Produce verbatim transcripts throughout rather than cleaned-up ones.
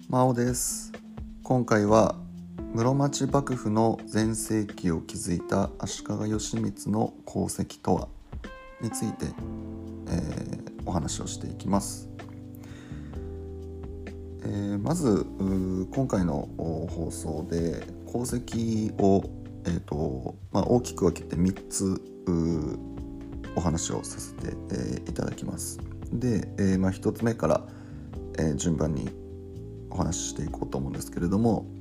真央です。今回は室町幕府の全盛期を築いた足利義満の功績とはについて、えー、お話をしていきます。えー、まず今回の放送で功績を、えーとまあ、大きく分けてみっつお話をさせて、えー、いただきます。で、えーまあ、ひとつめから、えー、順番にお話ししていこうと思うんですけれども、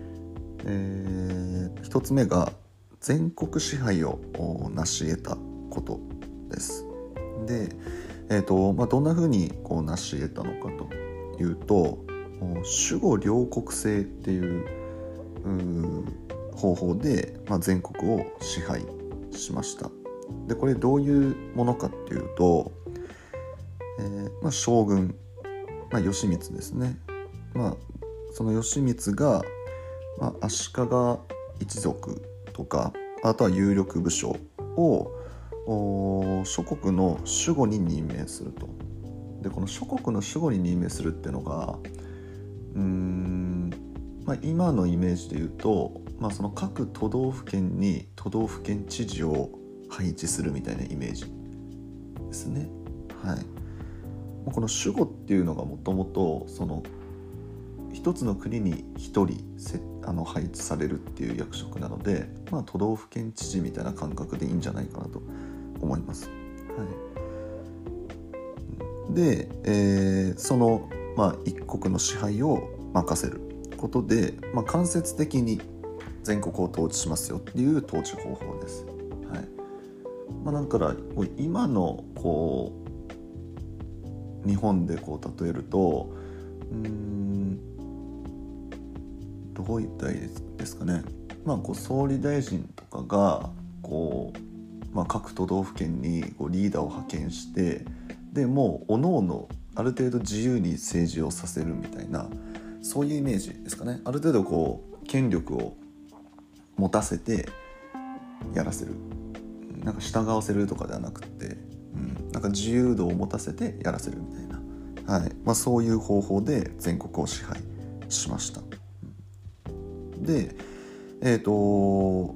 えー、ひとつめが全国支配を成し得たことです。で、えーとまあ、どんなふうにこう成し得たのかというと、守護両国制っていう、う方法で、まあ、全国を支配しました。でこれどういうものかっていうと、えーまあ、将軍、まあ、義満ですね。まあ、その義満が、まあ、足利一族とかあとは有力武将を諸国の守護に任命すると。でこの諸国の守護に任命するっていうのがうーん、まあ、今のイメージで言うと、まあ、その各都道府県に都道府県知事を配置するみたいなイメージですね。はい、この守護っていうのがもともとその一つの国に一人あの配置されるっていう役職なので、まあ、都道府県知事みたいな感覚でいいんじゃないかなと思います。はい、で、えー、その、まあ、一国の支配を任せることで、まあ、間接的に全国を統治しますよっていう統治方法です。はい、まあ、だから今のこう日本でこう例えるとうーんどういったらいいですかね。まあ、こう総理大臣とかがこう、まあ、各都道府県にこうリーダーを派遣してでもう各々ある程度自由に政治をさせるみたいなそういうイメージですかね。ある程度こう権力を持たせてやらせる、なんか従わせるとかではなくて、うん、なんか自由度を持たせてやらせるみたいな、はい、まあ、そういう方法で全国を支配しました。で、えーと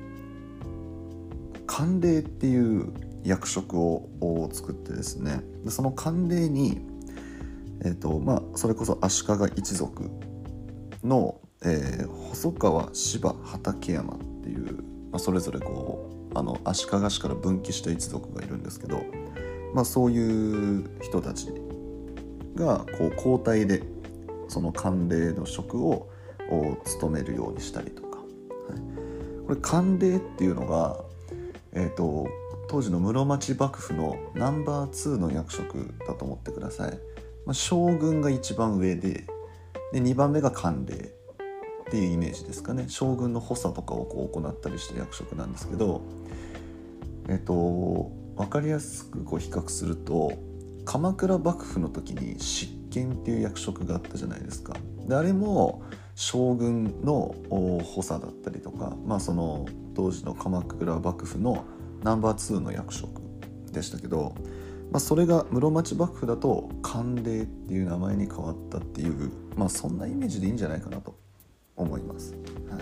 慣例っていう役職を作ってですね、でその慣例に、えーとまあ、それこそ足利一族の、えー、細川柴畠山っていう、まあ、それぞれこうあの足利氏から分岐した一族がいるんですけど、まあ、そういう人たちがこう交代でその慣例の職を務めるようにしたりとか、はい、これ慣例っていうのが、えーと、当時の室町幕府のナンバーツーの役職だと思ってください。まあ、将軍が一番上で、でにばんめが慣例っていうイメージですかね。将軍の補佐とかをこう行ったりした役職なんですけど、えーと、分かりやすくこう比較すると鎌倉幕府の時に執権っていう役職があったじゃないですか。であれも将軍の補佐だったりとか、まあ、その当時の鎌倉幕府のナンバーツーの役職でしたけど、まあ、それが室町幕府だと慣例っていう名前に変わったっていう、まあ、そんなイメージでいいんじゃないかなと思います。はい、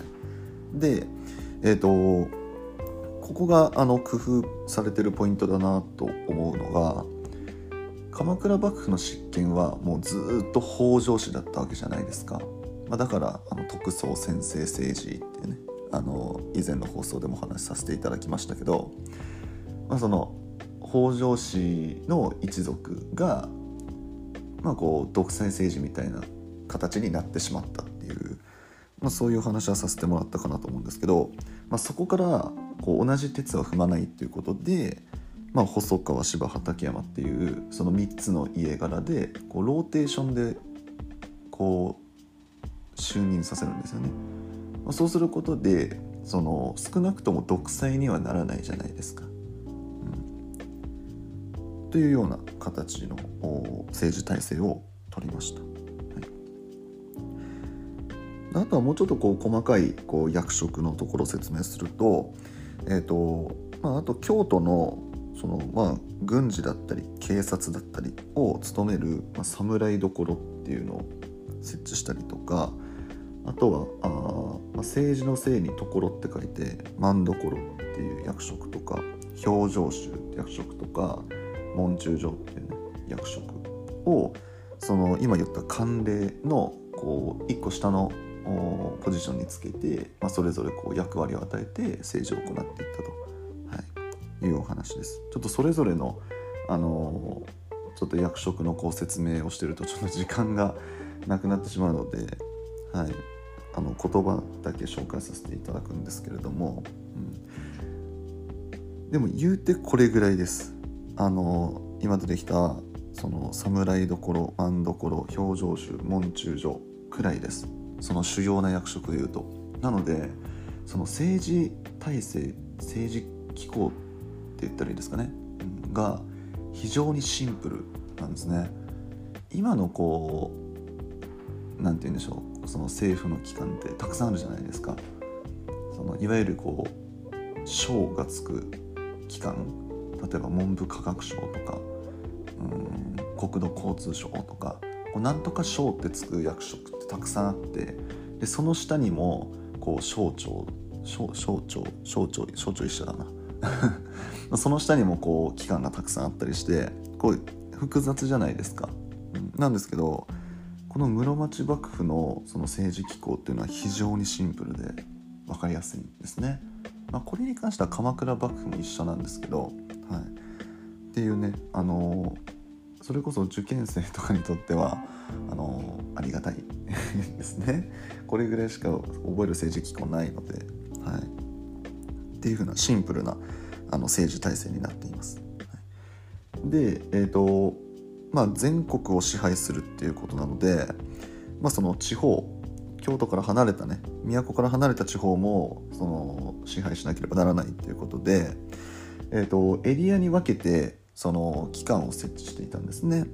で、えーと、ここがあの工夫されてるポイントだなと思うのが、鎌倉幕府の執権はもうずっと北条氏だったわけじゃないですか。まあ、だからあの特捜専制政治っていうね、あの以前の放送でもお話しさせていただきましたけど、まあ、その北条氏の一族が、まあ、こう独裁政治みたいな形になってしまったっていう、まあ、そういうお話はさせてもらったかなと思うんですけど、まあ、そこからこう同じ轍は踏まないっていうことで、まあ、細川柴畠山っていうそのみっつの家柄でこうローテーションでこう就任させるんですよね。まあ、そうすることでその少なくとも独裁にはならないじゃないですか、うん、というような形の政治体制を取りました。はい、あとはもうちょっとこう細かいこう役職のところを説明すると、えーとまあ、あと京都のそのまあ軍事だったり警察だったりを務める、まあ、侍所っていうのを設置したりとか、あとはあ、まあ、政治の政に所って書いて万所っていう役職とか、評定衆って役職とか、門中将っていうね役職をその今言った官隷のこう一個下のポジションにつけて、まあ、それぞれこう役割を与えて政治を行っていったと、はい、いうお話です。ちょっとそれぞれの、あのー、ちょっと役職のこう説明をしてるとちょっと時間がなくなってしまうので、はい、あの言葉だけ紹介させていただくんですけれども、うん、でも言うてこれぐらいです。あのー、今出てきたその侍所、万所、評定衆、門中将くらいです。その主要な役職でいうと。なのでその政治体制、政治機構って言ったらいいですかね、うん、が非常にシンプルなんですね。今のこうなんて言うんでしょう、その政府の機関ってたくさんあるじゃないですか。そのいわゆるこう省がつく機関、例えば文部科学省とか、うん国土交通省とか、こうなんとか省ってつく役職ってたくさんあって、でその下にもこう省庁省省庁省庁省庁一緒だなその下にもこう機関がたくさんあったりして、こう複雑じゃないですか、うん、なんですけどこの室町幕府のその政治機構っていうのは非常にシンプルで分かりやすいんですね。まあ、これに関しては鎌倉幕府も一緒なんですけど、はい、っていうね、あのーそれこそ受験生とかにとってはあのー、ありがたいですね。これぐらいしか覚える政治機構ないので、はい、っていう風なシンプルなあの政治体制になっています。はい、で、えーとまあ、全国を支配するっていうことなので、まあ、その地方、京都から離れたね、都から離れた地方もその支配しなければならないっていうことで、えーとエリアに分けてその機関を設置していたんですね。うん、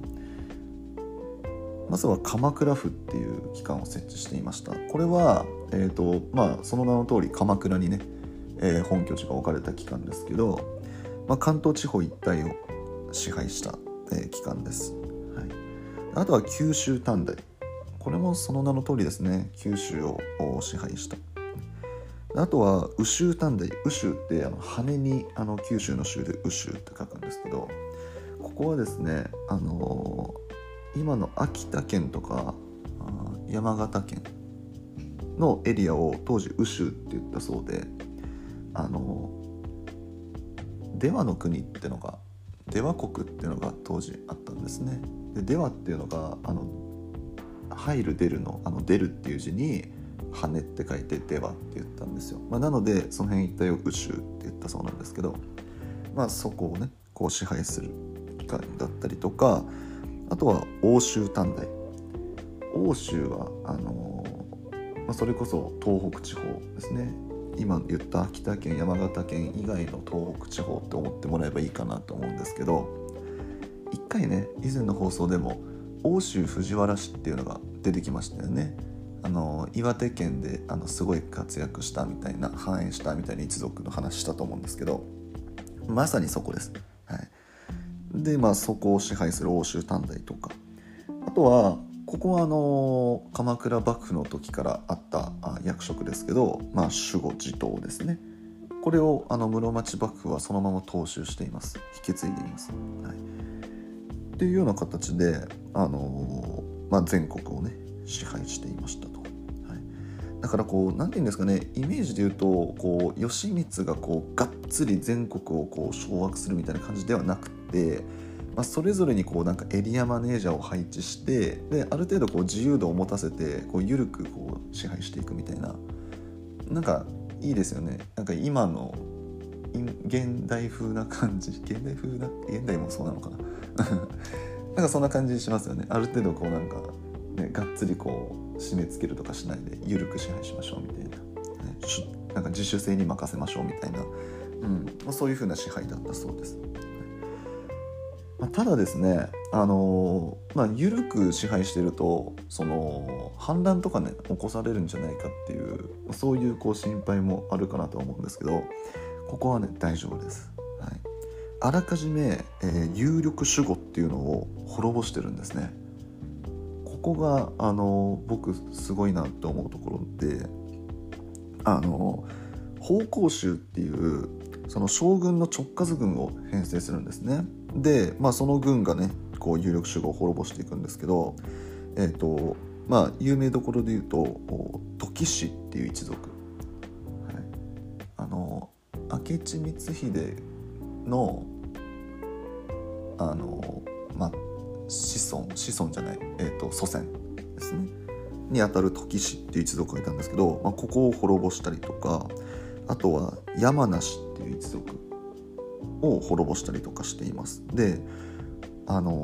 まずは鎌倉府っていう機関を設置していました。これは、えーとまあ、その名の通り鎌倉にね、えー、本拠地が置かれた機関ですけど、まあ、関東地方一帯を支配した、えー、機関です。はい、あとは九州短大、これもその名の通りですね、九州を支配した。あとは羽州短大、羽州ってあの羽にあの九州の州で羽州って書くんですけど、ここはですね、あのー、今の秋田県とか山形県のエリアを当時羽州って言ったそうで、あのー、出羽の国ってのが、出羽国っていうのが当時あったんですね。で出羽っていうのがあの入る出るのあの出るっていう字に羽って書いて出羽って言ったんですよ。まあ、なのでその辺一帯を羽州って言ったそうなんですけど、まあ、そこをねこう支配する機関だったりとか、あとは奥州短大。奥州はあのーまあ、それこそ東北地方ですね。今言った秋田県山形県以外の東北地方って思ってもらえばいいかなと思うんですけど、一回ね以前の放送でも奥州藤原氏っていうのが出てきましたよね。あの岩手県であのすごい活躍したみたいな、繁栄したみたいな一族の話したと思うんですけど、まさにそこです。はい、でまあそこを支配する奥州短大とか、あとはここはあの鎌倉幕府の時からあった役職ですけど、まあ、守護地頭ですね。これをあの室町幕府はそのまま踏襲しています。引き継いでいます。はい、っていうような形で、あのーまあ、全国をね支配していましたと。はい、だからこうなんていうんですかね、イメージで言うとこう義満がこうがっつり全国をこう掌握するみたいな感じではなくて、まあ、それぞれにこうなんかエリアマネージャーを配置して、である程度こう自由度を持たせてこう緩くこう支配していくみたいな、なんかいいですよね。なんか今の現代風な感じ、現代風な現代もそうなのかななんかそんな感じしますよね。ある程度こうなんかね、がっつりこう締め付けるとかしないで緩く支配しましょうみたいな、ね、なんか自主性に任せましょうみたいな、うんまあ、そういう風な支配だったそうです。まあ、ただですね、あのーまあ、緩く支配してるとその反乱とかね起こされるんじゃないかっていう、そういうこう心配もあるかなと思うんですけど、ここはね大丈夫です。はい、あらかじめ、えー、有力守護っていうのを滅ぼしてるんですね。ここがあの僕すごいなって思うところで、あの奉公衆っていうその将軍の直轄軍を編成するんですね。で、まあ、その軍がねこう有力守護を滅ぼしていくんですけど、えーとまあ、有名どころで言うと土岐氏っていう一族、はい、あの明智光秀のあの、まあ、子孫子孫じゃない、えーと祖先ですねにあたる土岐氏っていう一族がいたんですけど、まあ、ここを滅ぼしたりとか、あとは山梨っていう一族を滅ぼしたりとかしています。で、あの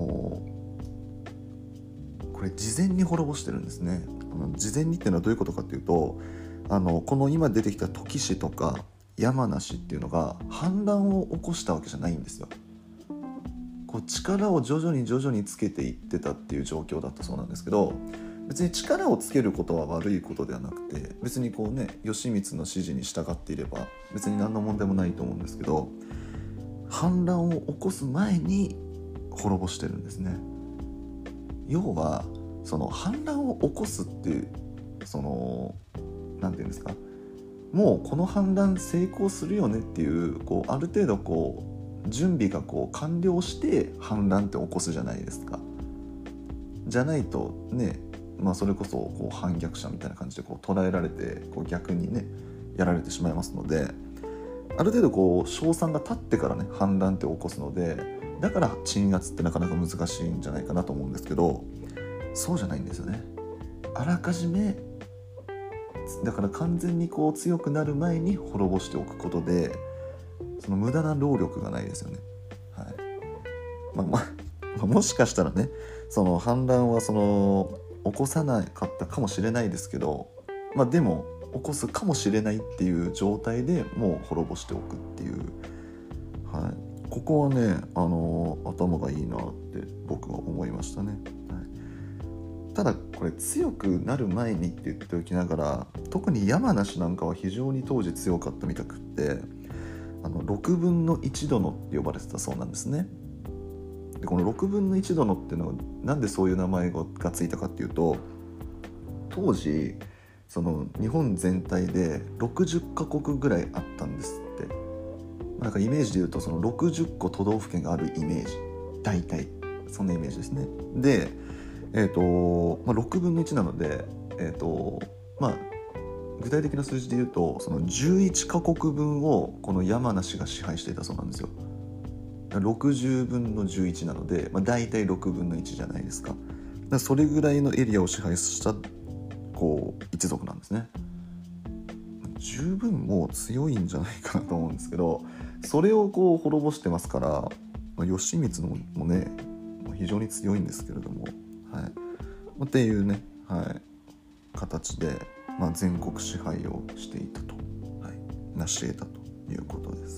ー、これ事前に滅ぼしてるんですね。あの事前にっていうのはどういうことかっていうと、あのこの今出てきた土岐氏とか山梨っていうのが反乱を起こしたわけじゃないんですよ。こう力を徐々に徐々につけていってたっていう状況だったそうなんですけど、別に力をつけることは悪いことではなくて、別にこうね義満の指示に従っていれば別に何の問題もないと思うんですけど、反乱を起こす前に滅ぼしてるんですね。要はその反乱を起こすっていう、そのなんていうんですか、もうこの反乱成功するよねっていう、こうある程度こう準備がこう完了して反乱って起こすじゃないですか。じゃないとね、まあ、それこそこう反逆者みたいな感じでこう捉えられて、こう逆にねやられてしまいますので、ある程度こう勝算が立ってからね反乱って起こすので、だから鎮圧ってなかなか難しいんじゃないかなと思うんですけど、そうじゃないんですよね。あらかじめだから完全にこう強くなる前に滅ぼしておくことで、その無駄な労力がないですよね。はい。まあまあ、もしかしたらねその反乱はその起こさなかったかもしれないですけど、まあでも起こすかもしれないっていう状態でもう滅ぼしておくっていう、はい、ここはね、あのー、頭がいいなって僕は思いましたね。はい、ただこれ強くなる前にって言っておきながら、特に山梨なんかは非常に当時強かったみたくって、あのろくぶんのいちどのって呼ばれてたそうなんですね。でこのろくぶんのいちどのっていうのはなんでそういう名前がついたかっていうと、当時その日本全体でろくじゅっかこくぐらいあったんですって。なんかイメージで言うとそのろくじゅっこ都道府県があるイメージ、大体そんなイメージですね。で、えーとまあ、ろくぶんのいちなので、えーとまあ、具体的な数字で言うとそのじゅういっかこくぶんをこの山梨が支配していたそうなんですよ。ろくじゅうぶんのじゅういちなので、まあ、大体ろくぶんのいちじゃないですか。だからそれぐらいのエリアを支配したこう一族なんですね。十分もう強いんじゃないかなと思うんですけど、それをこう滅ぼしてますから、まあ、義満のもね非常に強いんですけれども、はい、っていうね、はい、形で、まあ、全国支配をしていたと、はい、成し得たということです。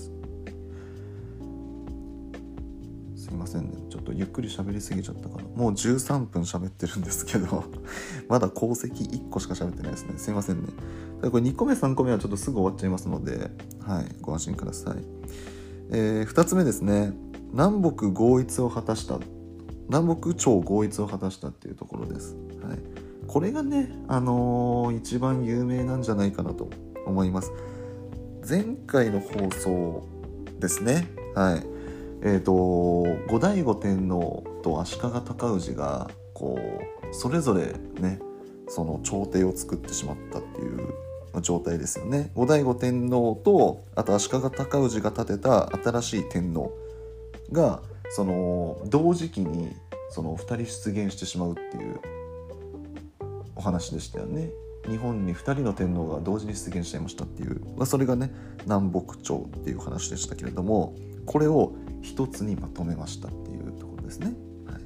すいませんね、ちょっとゆっくり喋りすぎちゃったかな。もうじゅうさんぷん喋ってるんですけどまだ功績いっこしか喋ってないですね。すいませんね。これにこめさんこめはちょっとすぐ終わっちゃいますので、はい、ご安心ください。えー、ふたつめですね、南北合一を果たした南北朝合一を果たしたっていうところです。はい、これがね、あのー、一番有名なんじゃないかなと思います。前回の放送ですね、はい、えーと後醍醐天皇と足利尊氏がこうそれぞれねその朝廷を作ってしまったっていう状態ですよね。後醍醐天皇とあと足利尊氏が建てた新しい天皇がその同時期にそのふたり出現してしまうっていうお話でしたよね。日本にふたりの天皇が同時に出現しちゃいましたっていう、まあ、それがね南北朝っていう話でしたけれども、これを一つにまとめましたっていうところですね。はい、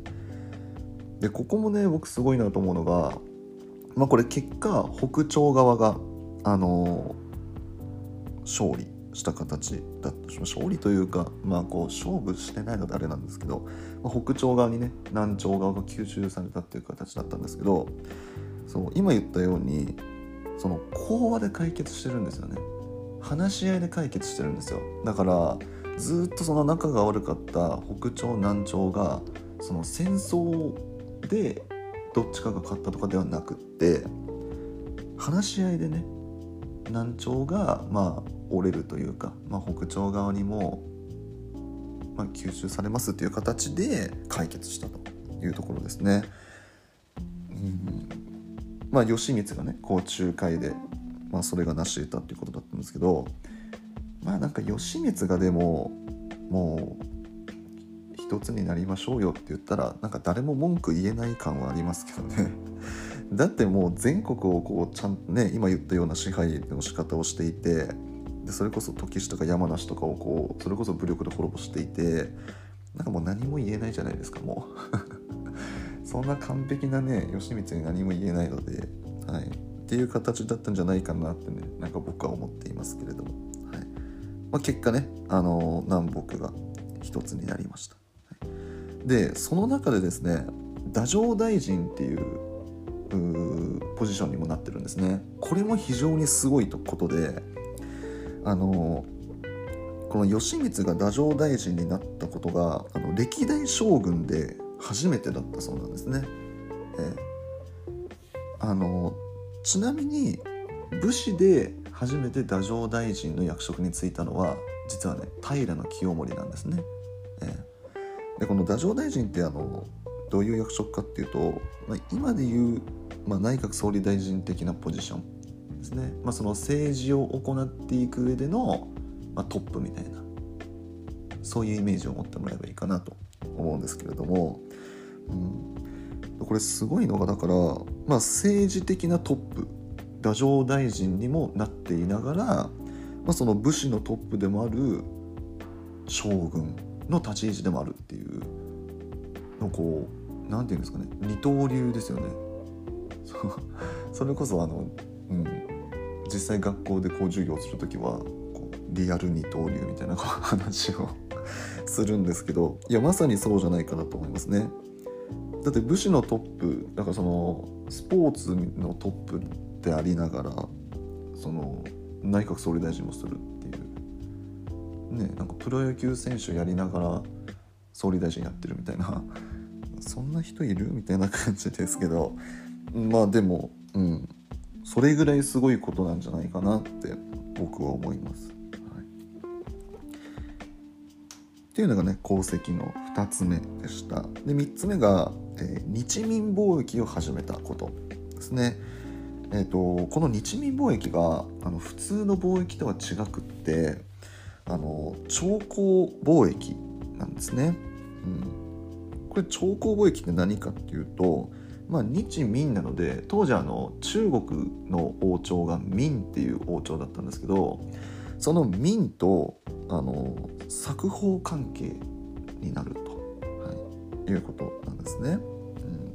でここもね僕すごいなと思うのが、まあ、これ結果北朝側が、あのー、勝利した形だった勝利というか、まあ、こう勝負してないのであれなんですけど、まあ、北朝側にね南朝側が吸収されたっていう形だったんですけど、そう今言ったようにその講和で解決してるんですよね。話し合いで解決してるんですよ。だからずっとその仲が悪かった北朝南朝がその戦争でどっちかが勝ったとかではなくって、話し合いでね南朝がまあ折れるというか、まあ、北朝側にもまあ吸収されますっていう形で解決したというところですね。うん、まあ義満がねこう仲介で、まあ、それが成し得たっていうことだったんですけど、まあなんか義満がでももう一つになりましょうよって言ったらなんか誰も文句言えない感はありますけどねだってもう全国をこうちゃんとね今言ったような支配の仕方をしていて、でそれこそ時氏とか山梨とかをこうそれこそ武力で滅ぼしていて、なんかもう何も言えないじゃないですかもうそんな完璧なね義満に何も言えないので、はい、っていう形だったんじゃないかなってねなんか僕は思っていますけれども、はい、まあ、結果ねあの南北が一つになりました。はい、でその中でですね太政大臣っていうポジションにもなってるんですね。これも非常にすごいことで、あのこの義満が太政大臣になったことがあの歴代将軍で初めてだったそうなんですね。えー、あのちなみに武士で初めて太政大臣の役職に就いたのは実はね平清盛なんですね。えー、でこの太政大臣ってあのどういう役職かっていうと、まあ、今でいう、まあ、内閣総理大臣的なポジションですね。まあ、その政治を行っていく上での、まあ、トップみたいなそういうイメージを持ってもらえばいいかなと思うんですけれども、うん、これすごいのがだから、まあ、政治的なトップ太政大臣にもなっていながら、まあ、その武士のトップでもある将軍の立ち位置でもあるっていうのこうなんていうんですかね二刀流ですよねそれこそあの、うん、実際学校でこう授業するときはこうリアル二刀流みたいな話をするんですけど、いやまさにそうじゃないかなと思いますね。だって武士のトップだからそのスポーツのトップでありながらその内閣総理大臣もするっていうね、なんかプロ野球選手やりながら総理大臣やってるみたいなそんな人いるみたいな感じですけど、まあでも、うん、それぐらいすごいことなんじゃないかなって僕は思います。はい、っていうのがね功績のふたつめでした。でみっつめが、えー、日民貿易を始めたことですね。えーと、この日民貿易があの普通の貿易とは違くってあの朝貢貿易なんですね。うんこれ朝貢貿易って何かっていうと、まあ、日民なので当時あの中国の王朝が明っていう王朝だったんですけど、その明とあの冊封関係になると、はい、いうことなんですね。うん、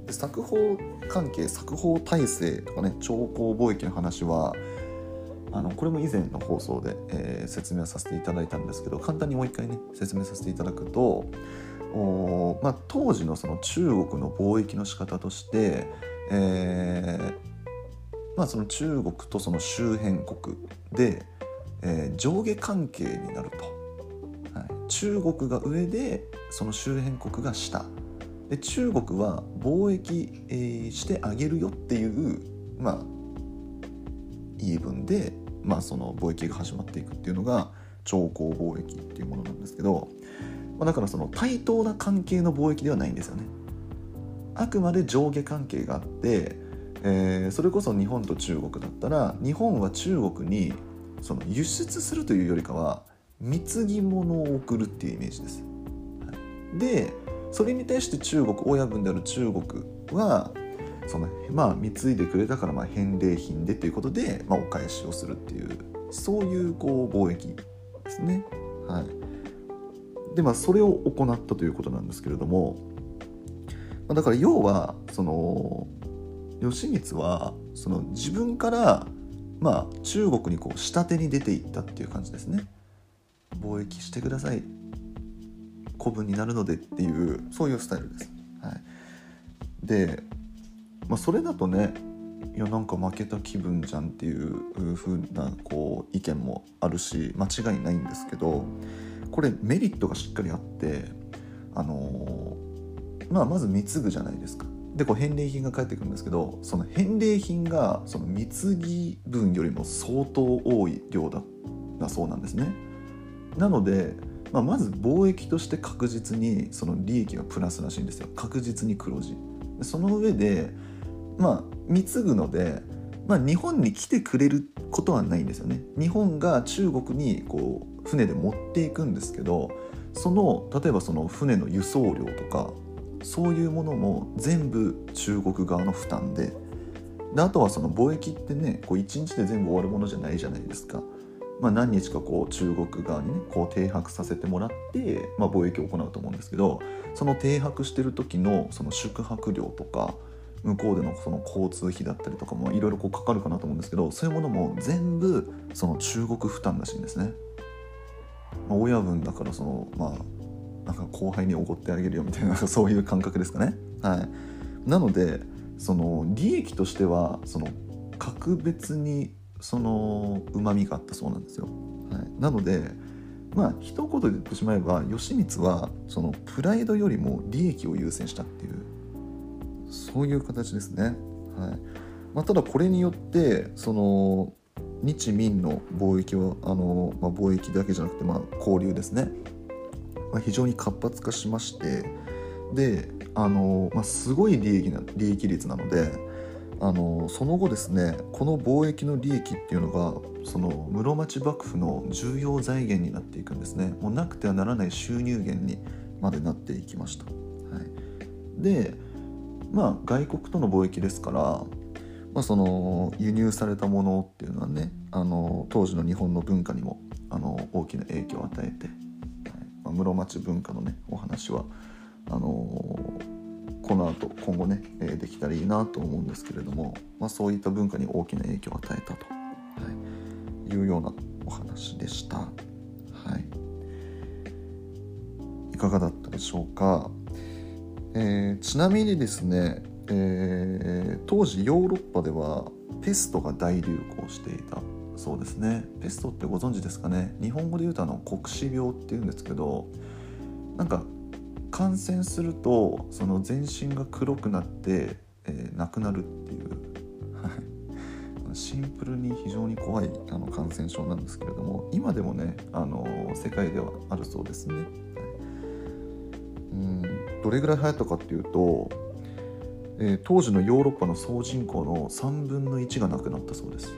で冊封関係冊封体制とかね朝貢貿易の話はあのこれも以前の放送で、えー、説明させていただいたんですけど、簡単にもう一回ね説明させていただくとお、まあ、当時のその中国の貿易の仕方として、えーまあ、その中国とその周辺国で、えー、上下関係になると、はい、中国が上でその周辺国が下で中国は貿易、えー、してあげるよっていう、まあ、言い分で、まあ、その貿易が始まっていくっていうのが朝貢貿易っていうものなんですけど、まあ、だからその対等な関係の貿易ではないんですよね。あくまで上下関係があって、えー、それこそ日本と中国だったら日本は中国にその輸出するというよりかは貢ぎ物を送るっていうイメージです。でそれに対して中国親分である中国はその、まあ、貢いでくれたからまあ返礼品でということで、まあ、お返しをするっていうそういうこう貿易ですね。はいでまあ、それを行ったということなんですけれども、まあ、だから要はその義満はその自分から、まあ、中国にこう下手に出ていったっていう感じですね。貿易してください古文になるのでっていうそういうスタイルです。はい、で、まあ、それだとねいやなんか負けた気分じゃんっていう風なこう意見もあるし間違いないんですけど、これメリットがしっかりあって、あのーまあ、まず貢ぐじゃないですか。 でこう返礼品が返ってくるんですけど、その返礼品がその貢ぎ分よりも相当多い量だだそうなんですね。なので、まあ、まず貿易として確実にその利益がプラスらしいんですよ。確実に黒字。その上でまあ貢ぐので、まあ、日本に来てくれることはないんですよね。日本が中国にこう船で持っていくんですけど、その例えばその船の輸送量とかそういうものも全部中国側の負担 で, であとはその貿易ってね、こういちにちで全部終わるものじゃないじゃないですか。まあ、何日かこう中国側にねこう停泊させてもらって、まあ、貿易を行うと思うんですけど、その停泊してる時のその宿泊料とか向こうでのその交通費だったりとかもいろいろこうかかるかなと思うんですけど、そういうものも全部その中国負担らしいんですね。まあ、親分だからそのまあなんか後輩におごってあげるよみたいなそういう感覚ですかね。はい。なのでその利益としてはその格別にその旨味があったそうなんですよ。はい、なのでまあ一言で言ってしまえば義満はそのプライドよりも利益を優先したっていうそういう形ですね。はい。まあ、ただこれによってその日民の貿易をあの、まあ、貿易だけじゃなくて、まあ、交流ですね、まあ、非常に活発化しまして、であの、まあ、すごい利益な利益率なので、あのその後ですね、この貿易の利益っていうのがその室町幕府の重要財源になっていくんですね。もうなくてはならない収入源にまでなっていきました。はい、で、まあ、外国との貿易ですから、まあ、その輸入されたものっていうのはね、あの当時の日本の文化にもあの大きな影響を与えて、はい、まあ、室町文化のねお話はあのこの後今後ね、えー、できたらいいなと思うんですけれども、まあ、そういった文化に大きな影響を与えたと、はい、いうようなお話でした。はい、いかがだったでしょうか。えー、ちなみにですね、えー、当時ヨーロッパではペストが大流行していたそうですね。ペストってご存知ですかね。日本語で言うとあの黒死病っていうんですけど、なんか感染するとその全身が黒くなって、えー、亡くなるっていうシンプルに非常に怖いあの感染症なんですけれども、今でもねあの世界ではあるそうですね。うん、どれぐらい流行ったかっていうと、えー、当時のヨーロッパの総人口のさんぶんのいちがなくなったそうです。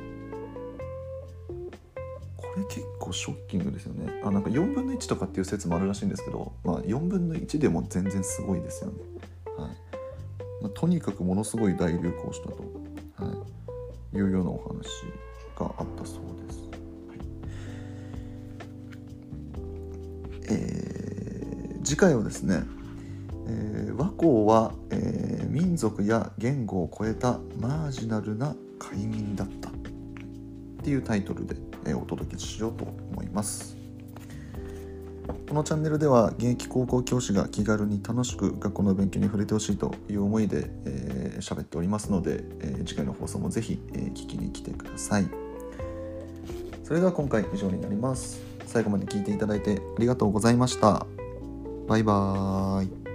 これ結構ショッキングですよね。あ、なんかよんぶんのいちとかっていう説もあるらしいんですけど、まあ、よんぶんのいちでも全然すごいですよね。はい。まあ、とにかくものすごい大流行したと、はい、いうようなお話があったそうです。はい、えー、次回はですね、えー、倭寇は、えー、民族や言語を超えたマージナルな海民だったっていうタイトルで、えー、お届けしようと思います。このチャンネルでは現役高校教師が気軽に楽しく学校の勉強に触れてほしいという思いで喋、えー、っておりますので、えー、次回の放送もぜひ、えー、聞きに来てください。それでは今回以上になります。最後まで聞いていただいてありがとうございました。バイバーイ。